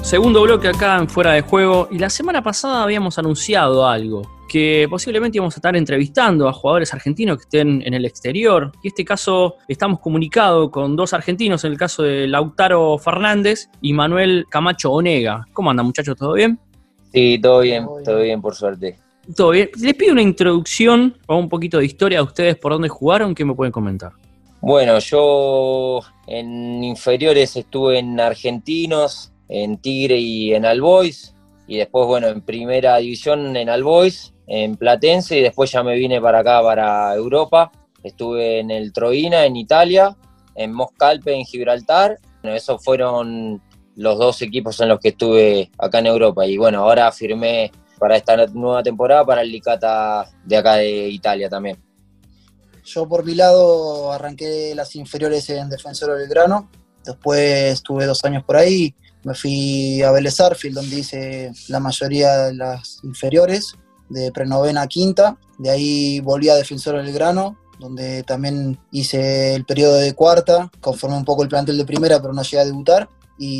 Segundo bloque acá en Fuera de Juego, y la semana pasada habíamos anunciado algo, que posiblemente íbamos a estar entrevistando a jugadores argentinos que estén en el exterior, y en este caso estamos comunicados con dos argentinos, en el caso de Lautaro Fernández y Manuel Camacho Onega. ¿Cómo andan, muchachos? ¿Todo bien? Sí, todo bien por suerte. Todo bien. Les pido una introducción o un poquito de historia de ustedes, por dónde jugaron, ¿qué me pueden comentar? Bueno, yo en inferiores estuve en Argentinos, en Tigre y en All Boys, y después, bueno, en primera división en All Boys, en Platense, y después ya me vine para acá, para Europa. Estuve en el Troina, en Italia, en Moscalpe, en Gibraltar. Bueno, esos fueron los dos equipos en los que estuve acá en Europa. Y bueno, ahora firmé para esta nueva temporada para el Licata de acá de Italia también. Yo por mi lado arranqué las inferiores en Defensor Belgrano, después estuve 2 años por ahí, me fui a Vélez Sarsfield, donde hice la mayoría de las inferiores, de prenovena a quinta, de ahí volví a Defensor Belgrano, donde también hice el periodo de cuarta, conformé un poco el plantel de primera, pero no llegué a debutar,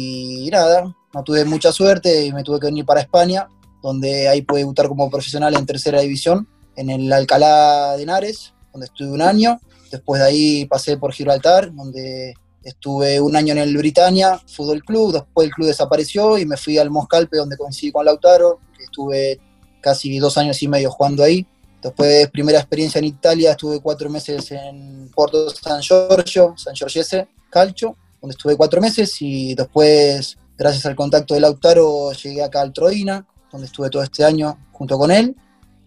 y nada, no tuve mucha suerte y me tuve que venir para España, donde ahí pude debutar como profesional en tercera división, en el Alcalá de Henares, donde estuve 1 año. Después de ahí pasé por Gibraltar, donde estuve 1 año en el Britannia Fútbol Club. Después el club desapareció y me fui al Moscalpe, donde coincidí con Lautaro, que estuve casi 2 años y medio jugando ahí. Después, primera experiencia en Italia, estuve 4 meses en Porto San Giorgese Calcio, donde estuve 4 meses, y después, gracias al contacto de Lautaro, llegué acá al Troina, donde estuve todo este año junto con él.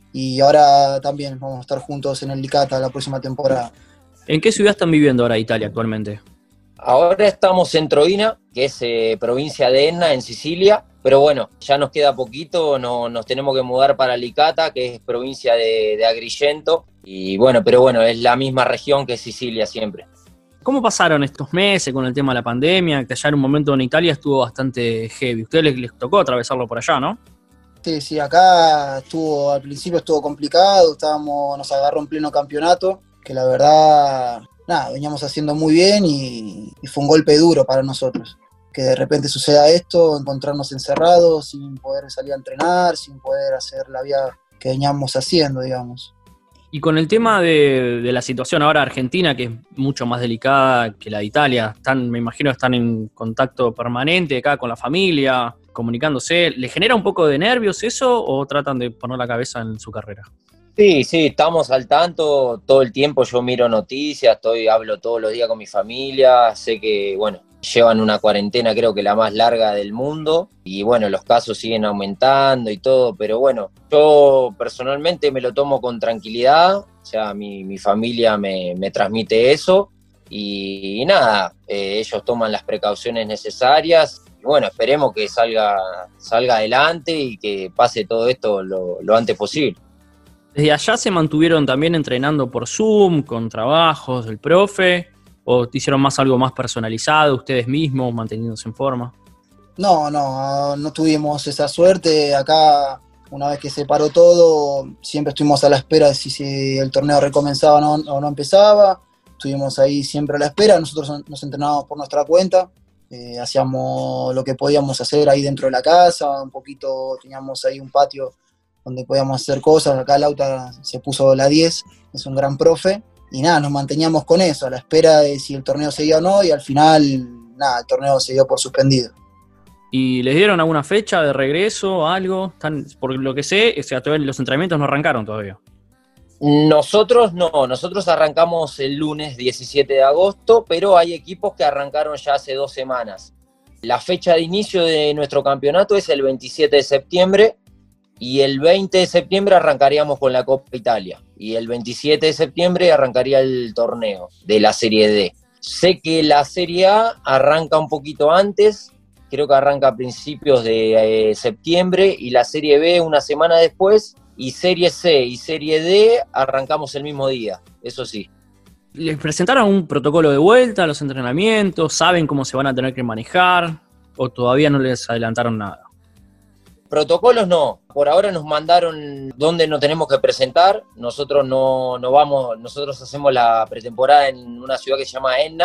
Y ahora también vamos a estar juntos en el Licata la próxima temporada. ¿En qué ciudad están viviendo ahora Italia actualmente? Ahora estamos en Troina, que es provincia de Enna, en Sicilia, pero bueno, ya nos queda poquito, nos tenemos que mudar para Licata, que es provincia de Agrigento, y bueno, pero bueno, es la misma región que Sicilia siempre. ¿Cómo pasaron estos meses con el tema de la pandemia? Que allá en un momento en Italia estuvo bastante heavy. A ustedes les tocó atravesarlo por allá, ¿no? Sí, acá al principio estuvo complicado, nos agarró en pleno campeonato, que la verdad, nada, veníamos haciendo muy bien y fue un golpe duro para nosotros. Que de repente suceda esto, encontrarnos encerrados, sin poder salir a entrenar, sin poder hacer la vida que veníamos haciendo, digamos. Y con el tema de la situación ahora argentina, que es mucho más delicada que la de Italia, me imagino que están en contacto permanente acá con la familia, comunicándose, ¿le genera un poco de nervios eso o tratan de poner la cabeza en su carrera? Sí, estamos al tanto todo el tiempo, yo miro noticias, hablo todos los días con mi familia, sé que, bueno, llevan una cuarentena creo que la más larga del mundo y bueno, los casos siguen aumentando y todo, pero bueno, yo personalmente me lo tomo con tranquilidad, o sea, mi familia me transmite eso y nada, ellos toman las precauciones necesarias y bueno, esperemos que salga adelante y que pase todo esto lo antes posible. ¿Desde allá se mantuvieron también entrenando por Zoom, con trabajos del profe? ¿O hicieron algo más personalizado, ustedes mismos, manteniéndose en forma? No tuvimos esa suerte. Acá, una vez que se paró todo, siempre estuvimos a la espera de si el torneo recomenzaba o no empezaba. Estuvimos ahí siempre a la espera. Nosotros nos entrenábamos por nuestra cuenta. Hacíamos lo que podíamos hacer ahí dentro de la casa. Un poquito, teníamos ahí un patio donde podíamos hacer cosas. Acá Lauta se puso la 10, es un gran profe, y nada, nos manteníamos con eso, a la espera de si el torneo seguía o no, y al final, nada, el torneo se dio por suspendido. ¿Y les dieron alguna fecha de regreso, algo? Por lo que sé, o sea, todavía los entrenamientos no arrancaron todavía. Nosotros no, nosotros arrancamos el lunes 17 de agosto, pero hay equipos que arrancaron ya hace 2 semanas. La fecha de inicio de nuestro campeonato es el 27 de septiembre, y el 20 de septiembre arrancaríamos con la Copa Italia. Y el 27 de septiembre arrancaría el torneo de la Serie D. Sé que la Serie A arranca un poquito antes, creo que arranca a principios de septiembre, y la Serie B una semana después, y Serie C y Serie D arrancamos el mismo día, eso sí. ¿Les presentaron un protocolo de vuelta a los entrenamientos? ¿Saben cómo se van a tener que manejar? ¿O todavía no les adelantaron nada? Protocolos no, por ahora nos mandaron dónde nos tenemos que presentar, nosotros no vamos, nosotros hacemos la pretemporada en una ciudad que se llama Enna,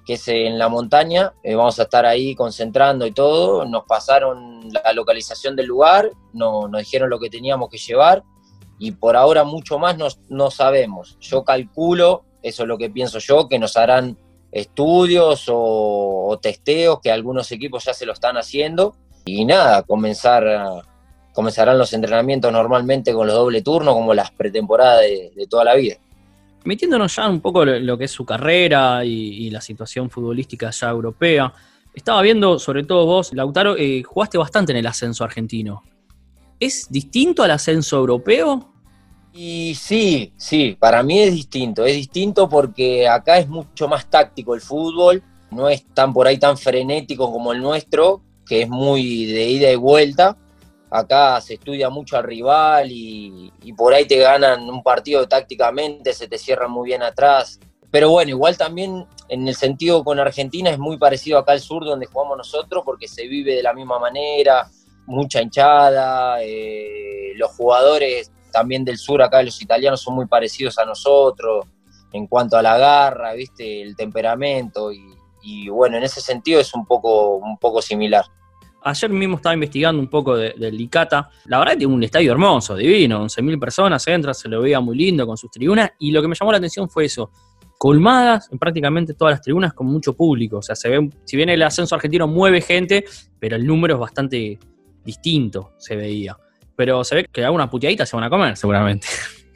que es en la montaña. Vamos a estar ahí concentrando y todo. Nos pasaron la localización del lugar, nos dijeron lo que teníamos que llevar, y por ahora mucho más no sabemos. Yo calculo, eso es lo que pienso yo, que nos harán estudios o testeos, que algunos equipos ya se lo están haciendo, y nada, comenzarán los entrenamientos normalmente con los doble turnos, como las pretemporadas de toda la vida. Metiéndonos ya un poco lo que es su carrera y la situación futbolística ya europea, estaba viendo, sobre todo vos, Lautaro, jugaste bastante en el ascenso argentino. ¿Es distinto al ascenso europeo? Y sí, para mí es distinto porque acá es mucho más táctico el fútbol, no es tan por ahí tan frenético como el nuestro, que es muy de ida y vuelta. Acá se estudia mucho al rival y por ahí te ganan un partido tácticamente, se te cierran muy bien atrás. Pero bueno, igual también en el sentido con Argentina es muy parecido acá al sur donde jugamos nosotros, porque se vive de la misma manera, mucha hinchada, los jugadores también del sur acá, los italianos, son muy parecidos a nosotros en cuanto a la garra, ¿viste? El temperamento y bueno, en ese sentido es un poco similar. Ayer mismo estaba investigando un poco del Licata. La verdad que tiene un estadio hermoso, divino, 11.000 personas, entra, se lo veía muy lindo con sus tribunas, y lo que me llamó la atención fue eso, colmadas en prácticamente todas las tribunas con mucho público. O sea, se ve, si bien el ascenso argentino mueve gente, pero el número es bastante distinto, se veía. Pero se ve que alguna puteadita se van a comer, seguramente.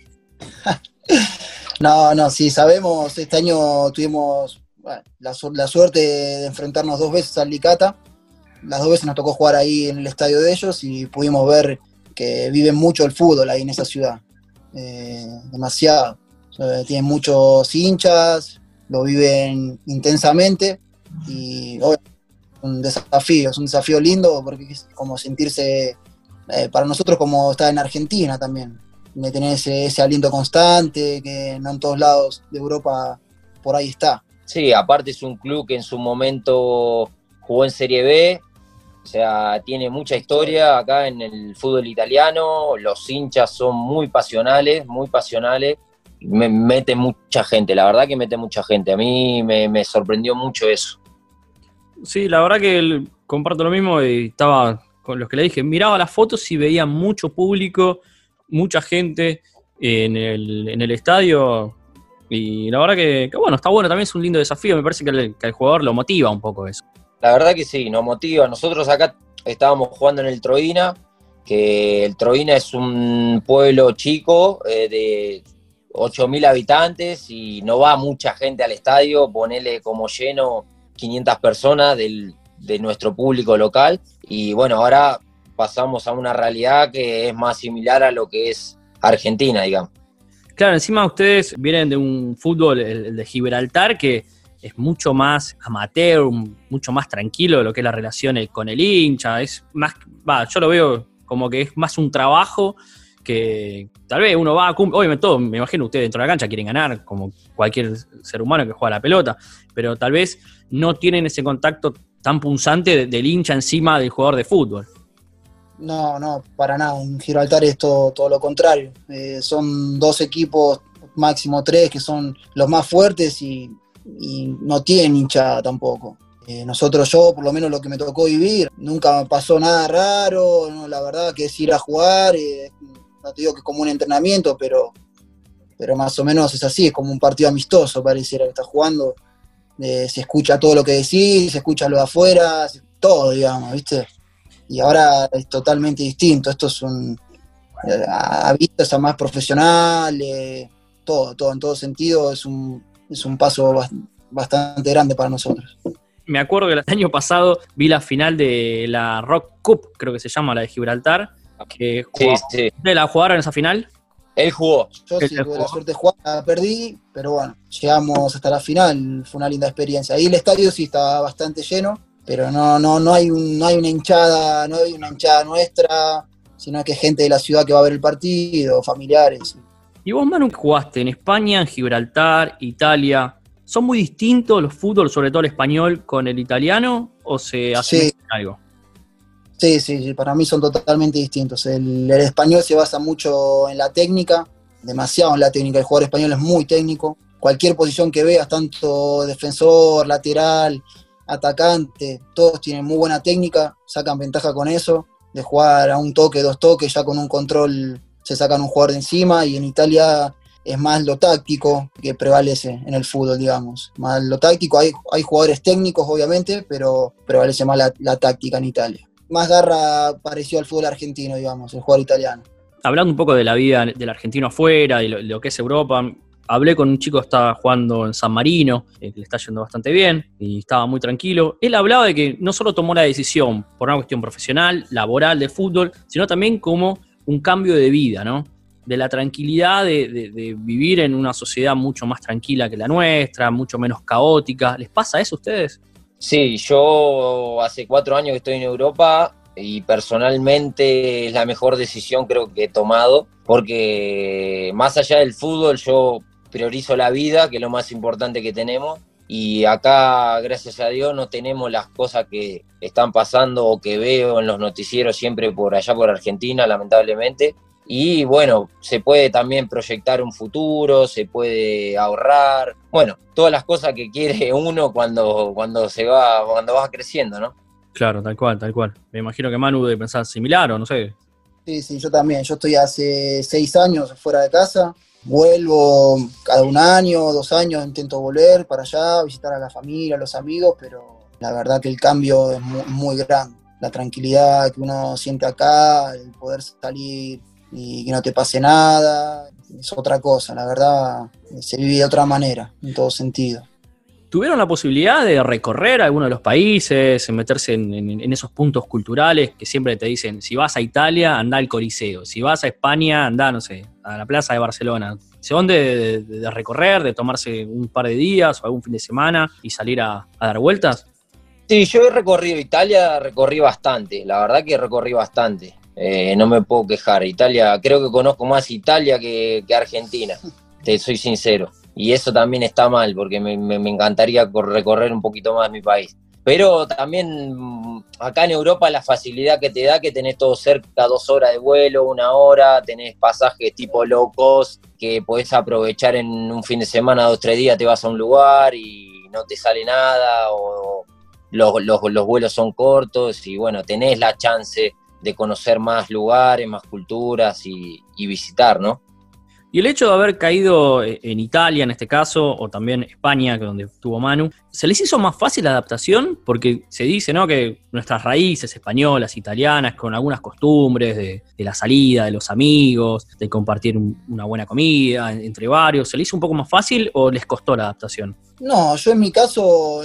No, sí, sabemos, este año tuvimos la suerte de enfrentarnos 2 veces al Licata. Las 2 veces nos tocó jugar ahí en el estadio de ellos y pudimos ver que viven mucho el fútbol ahí en esa ciudad. Demasiado. O sea, tienen muchos hinchas, lo viven intensamente y es un desafío lindo porque es como sentirse, para nosotros, como estar en Argentina también, de tener ese aliento constante que no en todos lados de Europa por ahí está. Sí, aparte es un club que en su momento jugó en Serie B. O sea, tiene mucha historia acá en el fútbol italiano, los hinchas son muy pasionales, mete mucha gente, la verdad que mete mucha gente, a mí me sorprendió mucho eso. Sí, la verdad que comparto lo mismo, y estaba con los que le dije, miraba las fotos y veía mucho público, mucha gente en el estadio, y la verdad que bueno, está bueno, también es un lindo desafío, me parece que al jugador lo motiva un poco eso. La verdad que sí, nos motiva. Nosotros acá estábamos jugando en el Troina, que el Troina es un pueblo chico de 8.000 habitantes y no va mucha gente al estadio, ponele como lleno 500 personas de nuestro público local. Y bueno, ahora pasamos a una realidad que es más similar a lo que es Argentina, digamos. Claro, encima ustedes vienen de un fútbol, el de Gibraltar, que es mucho más amateur, mucho más tranquilo de lo que es la relación con el hincha. Es más, yo lo veo como que es más un trabajo que tal vez uno va a cumplir. Obviamente, todo, me imagino ustedes dentro de la cancha quieren ganar, como cualquier ser humano que juega a la pelota, pero tal vez no tienen ese contacto tan punzante del hincha encima del jugador de fútbol. No, para nada. En Gibraltar es todo lo contrario. Son 2 equipos, máximo 3, que son los más fuertes y no tienen hinchada tampoco. Yo, por lo menos lo que me tocó vivir, nunca pasó nada raro, no, la verdad que es ir a jugar, no te digo que es como un entrenamiento, pero más o menos es así, es como un partido amistoso, pareciera que estás jugando, se escucha todo lo que decís, se escucha lo de afuera, todo, digamos, ¿viste? Y ahora es totalmente distinto, esto es a vista es más profesional, todo, en todo sentido es un paso bastante grande para nosotros. Me acuerdo que el año pasado vi la final de la Rock Cup, creo que se llama, la de Gibraltar. Que sí. ¿Ustedes la jugaron en esa final? Él jugó. Yo sí tuve la suerte de jugar, la perdí, pero bueno, llegamos hasta la final, fue una linda experiencia. Ahí el estadio sí estaba bastante lleno, pero no hay una hinchada, no hay una hinchada nuestra, sino que gente de la ciudad que va a ver el partido, familiares. Y vos, Manu, jugaste en España, en Gibraltar, Italia. ¿Son muy distintos los fútbol, sobre todo el español, con el italiano? ¿O se hace algo? Sí, para mí son totalmente distintos. El español se basa mucho en la técnica, demasiado en la técnica. El jugador español es muy técnico. cualquier posición que veas, tanto defensor, lateral, atacante, todos tienen muy buena técnica, sacan ventaja con eso, de jugar a un toque, 2 toques, ya con un control se sacan un jugador de encima, y en Italia es más lo táctico que prevalece en el fútbol, digamos. Más lo táctico, hay jugadores técnicos, obviamente, pero prevalece más la táctica en Italia. Más garra parecido al fútbol argentino, digamos, el jugador italiano. Hablando un poco de la vida del argentino afuera, de lo que es Europa, hablé con un chico que estaba jugando en San Marino, que le está yendo bastante bien, y estaba muy tranquilo. Él hablaba de que no solo tomó la decisión por una cuestión profesional, laboral, de fútbol, sino también como un cambio de vida, ¿no? De la tranquilidad de vivir en una sociedad mucho más tranquila que la nuestra, mucho menos caótica. ¿Les pasa eso a ustedes? Sí, yo hace 4 años que estoy en Europa y personalmente es la mejor decisión creo que he tomado, porque más allá del fútbol yo priorizo la vida, que es lo más importante que tenemos, y acá, gracias a Dios, no tenemos las cosas que están pasando o que veo en los noticieros siempre por allá por Argentina, lamentablemente. Y bueno, se puede también proyectar un futuro, se puede ahorrar, bueno, todas las cosas que quiere uno cuando va creciendo, ¿no? Claro, tal cual, tal cual. Me imagino que Manu debe pensar similar o no sé. Sí, yo también. Yo estoy hace 6 años fuera de casa. Vuelvo cada 1 año, 2 años, intento volver para allá, visitar a la familia, a los amigos, pero la verdad que el cambio es muy, muy grande. La tranquilidad que uno siente acá, el poder salir y que no te pase nada, es otra cosa. La verdad, se vive de otra manera, en todo sentido. ¿Tuvieron la posibilidad de recorrer alguno de los países, meterse en esos puntos culturales que siempre te dicen, si vas a Italia, anda al Coliseo, si vas a España, anda, no sé, a la Plaza de Barcelona? ¿Son de recorrer, de tomarse un par de días o algún fin de semana y salir a dar vueltas? Sí, yo he recorrido Italia, recorrí bastante, la verdad que recorrí bastante, no me puedo quejar. Italia, creo que conozco más Italia que Argentina, te soy sincero. Y eso también está mal, porque me encantaría recorrer un poquito más mi país. Pero también acá en Europa la facilidad que te da, que tenés todo cerca, 2 horas de vuelo, 1 hora, tenés pasajes tipo low cost, que podés aprovechar en un fin de semana, 2 o 3 días te vas a un lugar y no te sale nada, o los vuelos son cortos, y bueno, tenés la chance de conocer más lugares, más culturas y visitar, ¿no? Y el hecho de haber caído en Italia, en este caso, o también España, que donde estuvo Manu, ¿se les hizo más fácil la adaptación? Porque se dice, ¿no?, que nuestras raíces españolas, italianas, con algunas costumbres de la salida, de los amigos, de compartir una buena comida entre varios, ¿se les hizo un poco más fácil o les costó la adaptación? No, yo en mi caso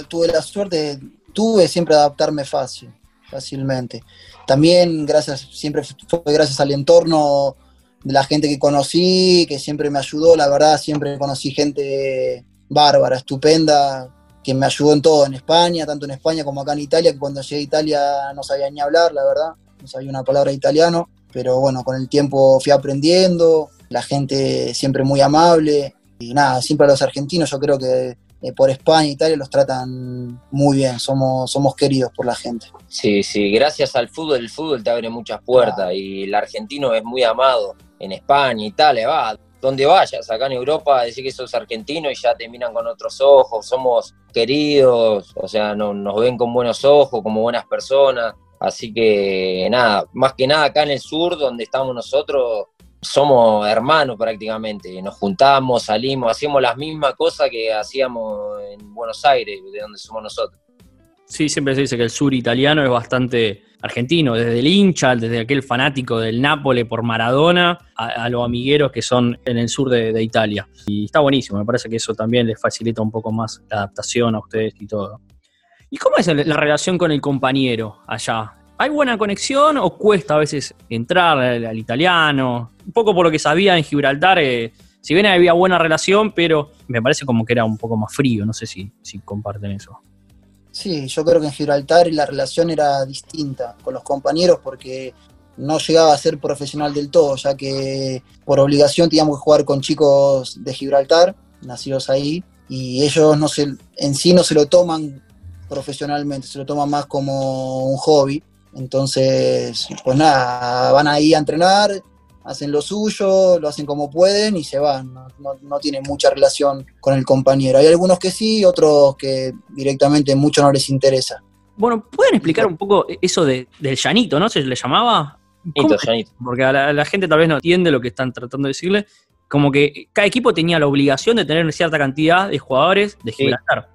tuve siempre adaptarme fácilmente. También siempre fue gracias al entorno de la gente que conocí, que siempre me ayudó. La verdad, siempre conocí gente bárbara, estupenda, que me ayudó en todo, en España, tanto en España como acá en Italia, que cuando llegué a Italia no sabía ni hablar, la verdad, no sabía una palabra de italiano, pero bueno, con el tiempo fui aprendiendo, la gente siempre muy amable, y nada, siempre a los argentinos yo creo que por España e Italia los tratan muy bien, somos queridos por la gente. Sí, gracias al fútbol, el fútbol te abre muchas puertas, y el argentino es muy amado en España, Italia, donde vayas, acá en Europa, decir que sos argentino y ya te miran con otros ojos, somos queridos, o sea, nos ven con buenos ojos, como buenas personas, así que nada, más que nada acá en el sur, donde estamos nosotros, somos hermanos prácticamente, nos juntamos, salimos, hacemos las mismas cosas que hacíamos en Buenos Aires, de donde somos nosotros. Sí, siempre se dice que el sur italiano es bastante argentino, desde el hincha, desde aquel fanático del Nápoles por Maradona, a los amigueros que son en el sur de Italia. Y está buenísimo, me parece que eso también les facilita un poco más la adaptación a ustedes y todo. ¿Y cómo es la relación con el compañero allá? ¿Hay buena conexión o cuesta a veces entrar al italiano? Un poco por lo que sabía en Gibraltar, si bien había buena relación, pero me parece como que era un poco más frío, no sé si comparten eso. Sí, yo creo que en Gibraltar la relación era distinta con los compañeros porque no llegaba a ser profesional del todo, ya que por obligación teníamos que jugar con chicos de Gibraltar, nacidos ahí, y ellos en sí no se lo toman profesionalmente, se lo toman más como un hobby. Entonces, pues nada, van ahí a entrenar, hacen lo suyo, lo hacen como pueden y se van, no tienen mucha relación con el compañero. Hay algunos que sí, otros que directamente mucho no les interesa. Bueno, ¿pueden explicar un poco eso del llanito, ¿no? ¿Se le llamaba? Llanito. Porque a la gente tal vez no entiende lo que están tratando de decirle. Como que cada equipo tenía la obligación de tener cierta cantidad de jugadores de Gibraltar.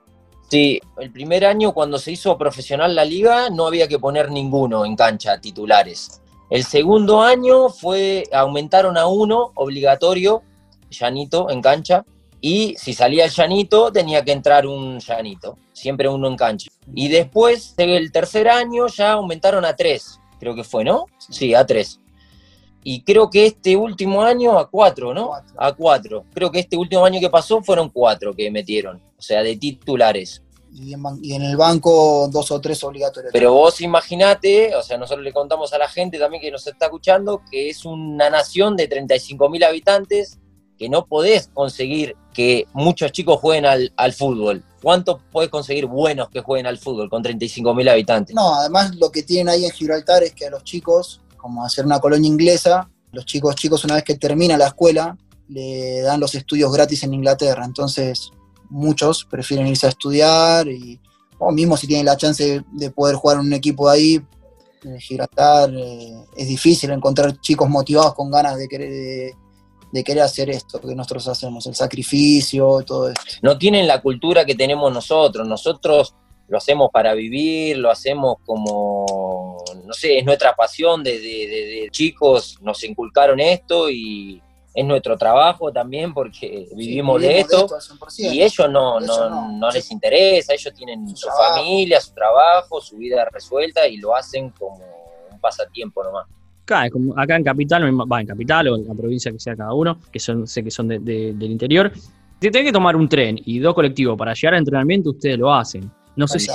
Sí, el primer año cuando se hizo profesional la liga no había que poner ninguno en cancha, titulares. El segundo año aumentaron a uno obligatorio, llanito, en cancha, y si salía el llanito tenía que entrar un llanito, siempre uno en cancha. Y después, el tercer año ya aumentaron a 3, creo que fue, ¿no? Sí, a 3. Y creo que este último año a 4, ¿no? A 4. Creo que este último año que pasó fueron 4 que metieron, o sea, de titulares. Y en el banco 2 o 3 obligatorios. Pero vos imaginate, o sea, nosotros le contamos a la gente también que nos está escuchando, que es una nación de 35.000 habitantes, que no podés conseguir que muchos chicos jueguen al fútbol. ¿Cuántos podés conseguir buenos que jueguen al fútbol con 35.000 habitantes? No, además lo que tienen ahí en Gibraltar es que a los chicos, como hacer una colonia inglesa, los chicos una vez que termina la escuela, le dan los estudios gratis en Inglaterra. Entonces muchos prefieren irse a estudiar o mismo si tienen la chance de poder jugar en un equipo de ahí, en Gibraltar, es difícil encontrar chicos motivados con ganas de querer hacer esto que nosotros hacemos, el sacrificio, todo esto. No tienen la cultura que tenemos nosotros lo hacemos para vivir, lo hacemos como, no sé, es nuestra pasión, de chicos nos inculcaron esto y es nuestro trabajo también porque vivimos de esto y ellos no les interesa, ellos tienen su familia, su trabajo, su vida resuelta y lo hacen como un pasatiempo nomás. Acá en Capital o en la provincia que sea cada uno, sé que son del interior, si tienen que tomar un tren y 2 colectivos para llegar al entrenamiento, ustedes lo hacen. No sé si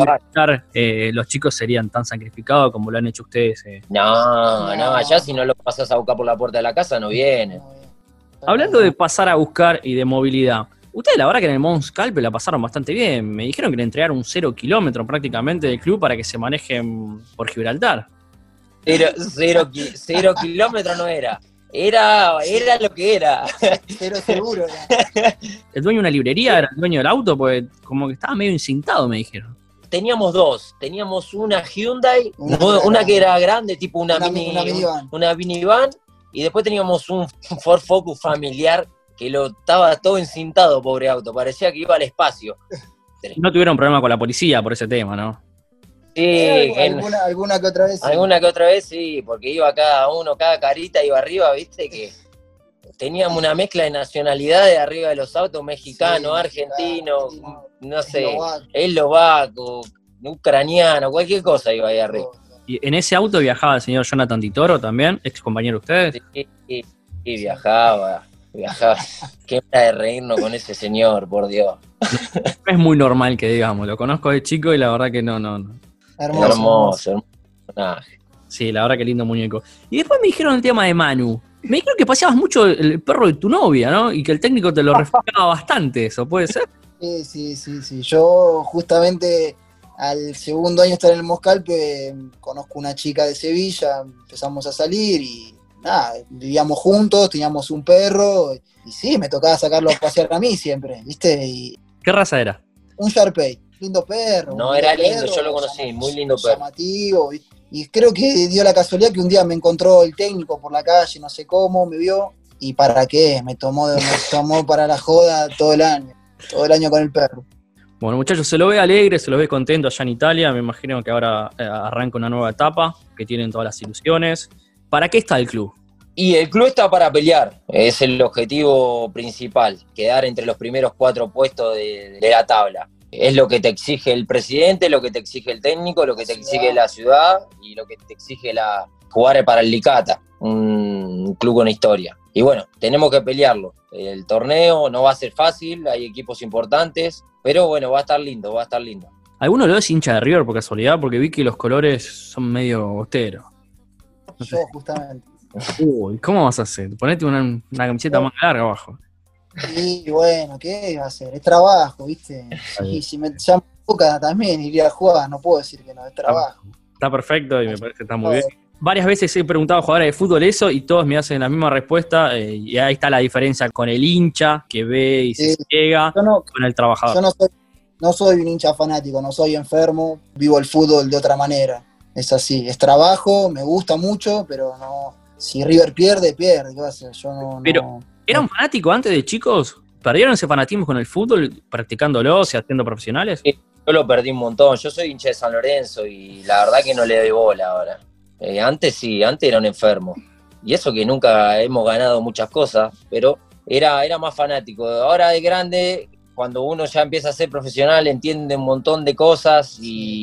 los chicos serían tan sacrificados como lo han hecho ustedes. No, ya si no lo pasás a buscar por la puerta de la casa no vienen. Hablando de pasar a buscar y de movilidad, ustedes la verdad que en el Mons Calpe la pasaron bastante bien. Me dijeron que le entregaron un 0 kilómetro prácticamente del club para que se manejen por Gibraltar. 0 kilómetros no era. Era lo que era. Pero seguro. El dueño de una librería era el dueño del auto, porque como que estaba medio encintado, me dijeron. Teníamos 2. Teníamos una Hyundai, una que era grande, tipo una minivan, y después teníamos un Ford Focus familiar que estaba todo encintado, pobre auto. Parecía que iba al espacio. No tuvieron problema con la policía por ese tema, ¿no? Sí, alguna que otra vez. Alguna que otra vez sí, porque iba cada carita iba arriba, viste, que teníamos una mezcla de nacionalidades arriba de los autos, mexicano, argentino, no sé, eslovaco, ucraniano, cualquier cosa iba ahí arriba. ¿Y en ese auto viajaba el señor Jonathan Titoro también, ex compañero de ustedes? Sí, viajaba. Qué manera de reírnos con ese señor, por Dios. No es muy normal que digamos, lo conozco de chico y la verdad que no. Hermoso. Sí, la verdad que lindo muñeco. Y después me dijeron el tema de Manu. Me dijeron que paseabas mucho el perro de tu novia, ¿no? Y que el técnico te lo reflejaba bastante, ¿eso puede ser? Sí. Yo justamente al segundo año de estar en el Moscalpe conozco una chica de Sevilla, empezamos a salir y nada, vivíamos juntos, teníamos un perro y sí, me tocaba sacarlo a pasear a mí siempre, ¿viste? ¿Qué raza era? Un Sharpei, lindo perro. No, era lindo, yo lo conocí, muy lindo perro. Llamativo, y creo que dio la casualidad que un día me encontró el técnico por la calle, no sé cómo, me vio, y ¿para qué? Me tomó para la joda todo el año con el perro. Bueno, muchachos, se lo ve alegre, se lo ve contento allá en Italia, me imagino que ahora arranca una nueva etapa, que tienen todas las ilusiones. ¿Para qué está el club? Y el club está para pelear, es el objetivo principal, quedar entre los primeros 4 puestos de la tabla. Es lo que te exige el presidente, lo que te exige el técnico, lo que te exige la ciudad y lo que te exige jugar para el Licata, un club con historia. Y bueno, tenemos que pelearlo. El torneo no va a ser fácil, hay equipos importantes, pero bueno, va a estar lindo. ¿Alguno de los es hincha de River por casualidad? Porque vi que los colores son medio bosteros. No sé. Yo, justamente. Uy, ¿cómo vas a hacer? Ponete una camiseta más larga abajo. Sí, bueno, ¿qué va a hacer? Es trabajo, ¿viste? Y si me llaman Boca también iría a jugar, no puedo decir que no, es trabajo. Está perfecto y me parece que está muy bien. Varias veces he preguntado a jugadores de fútbol eso y todos me hacen la misma respuesta, y ahí está la diferencia con el hincha que ve y se ciega con el trabajador. Yo no soy un hincha fanático, no soy enfermo, vivo el fútbol de otra manera. Es así, es trabajo, me gusta mucho, pero no. Si River pierde, pierde. ¿Qué va a hacer? Pero, ¿eran fanáticos antes de chicos? ¿Perdieron ese fanatismo con el fútbol, practicándolo, siendo profesionales? Yo lo perdí un montón. Yo soy hincha de San Lorenzo y la verdad que no le doy bola ahora. Antes sí, antes era un enfermo. Y eso que nunca hemos ganado muchas cosas, pero era más fanático. Ahora de grande, cuando uno ya empieza a ser profesional, entiende un montón de cosas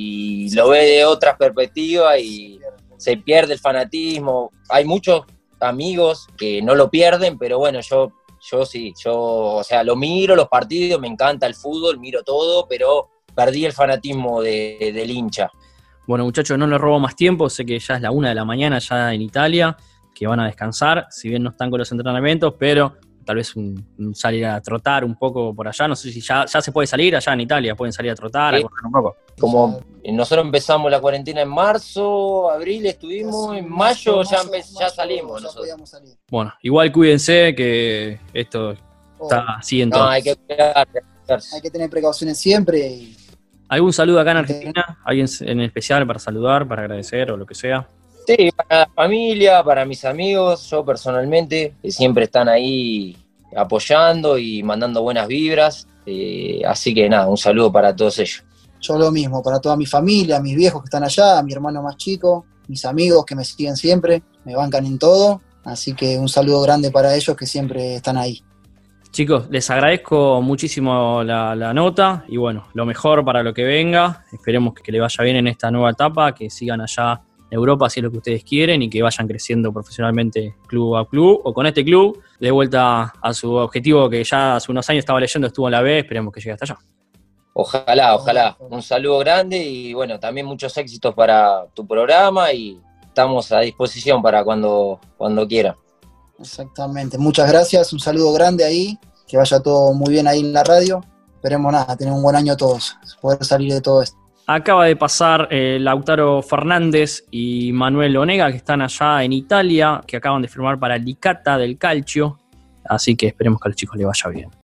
y lo ve de otras perspectivas y se pierde el fanatismo. Hay muchos amigos que no lo pierden, pero bueno, yo sí, o sea, lo miro, los partidos, me encanta el fútbol, miro todo, pero perdí el fanatismo del hincha. Bueno, muchachos, no les robo más tiempo, sé que ya es la 1 de la mañana ya en Italia, que van a descansar, si bien no están con los entrenamientos, pero tal vez salir a trotar un poco por allá, no sé si ya se puede salir allá en Italia, pueden salir a trotar, a correr un poco. Como nosotros empezamos la cuarentena en marzo, abril estuvimos, en mayo ya salimos nosotros. Bueno, igual cuídense que esto está así en todo. No, hay que cuidarse. Hay que tener precauciones siempre. ¿Algún saludo acá en Argentina? ¿Alguien en especial para saludar, para agradecer o lo que sea? Sí, para la familia, para mis amigos, yo personalmente, que siempre están ahí apoyando y mandando buenas vibras. Así que nada, un saludo para todos ellos. Yo lo mismo, para toda mi familia, mis viejos que están allá, mi hermano más chico, mis amigos que me siguen siempre, me bancan en todo. Así que un saludo grande para ellos que siempre están ahí. Chicos, les agradezco muchísimo la nota y bueno, lo mejor para lo que venga. Esperemos que le vaya bien en esta nueva etapa, que sigan allá en Europa si es lo que ustedes quieren y que vayan creciendo profesionalmente club a club o con este club de vuelta a su objetivo que ya hace unos años estaba leyendo, estuvo en la B, esperemos que llegue hasta allá. Ojalá. Un saludo grande y bueno, también muchos éxitos para tu programa y estamos a disposición para cuando quiera. Exactamente, muchas gracias, un saludo grande ahí, que vaya todo muy bien ahí en la radio. Esperemos tener un buen año todos, poder salir de todo esto. Acaba de pasar Lautaro Fernández y Manuel Onega, que están allá en Italia, que acaban de firmar para Licata del Calcio, así que esperemos que a los chicos les vaya bien.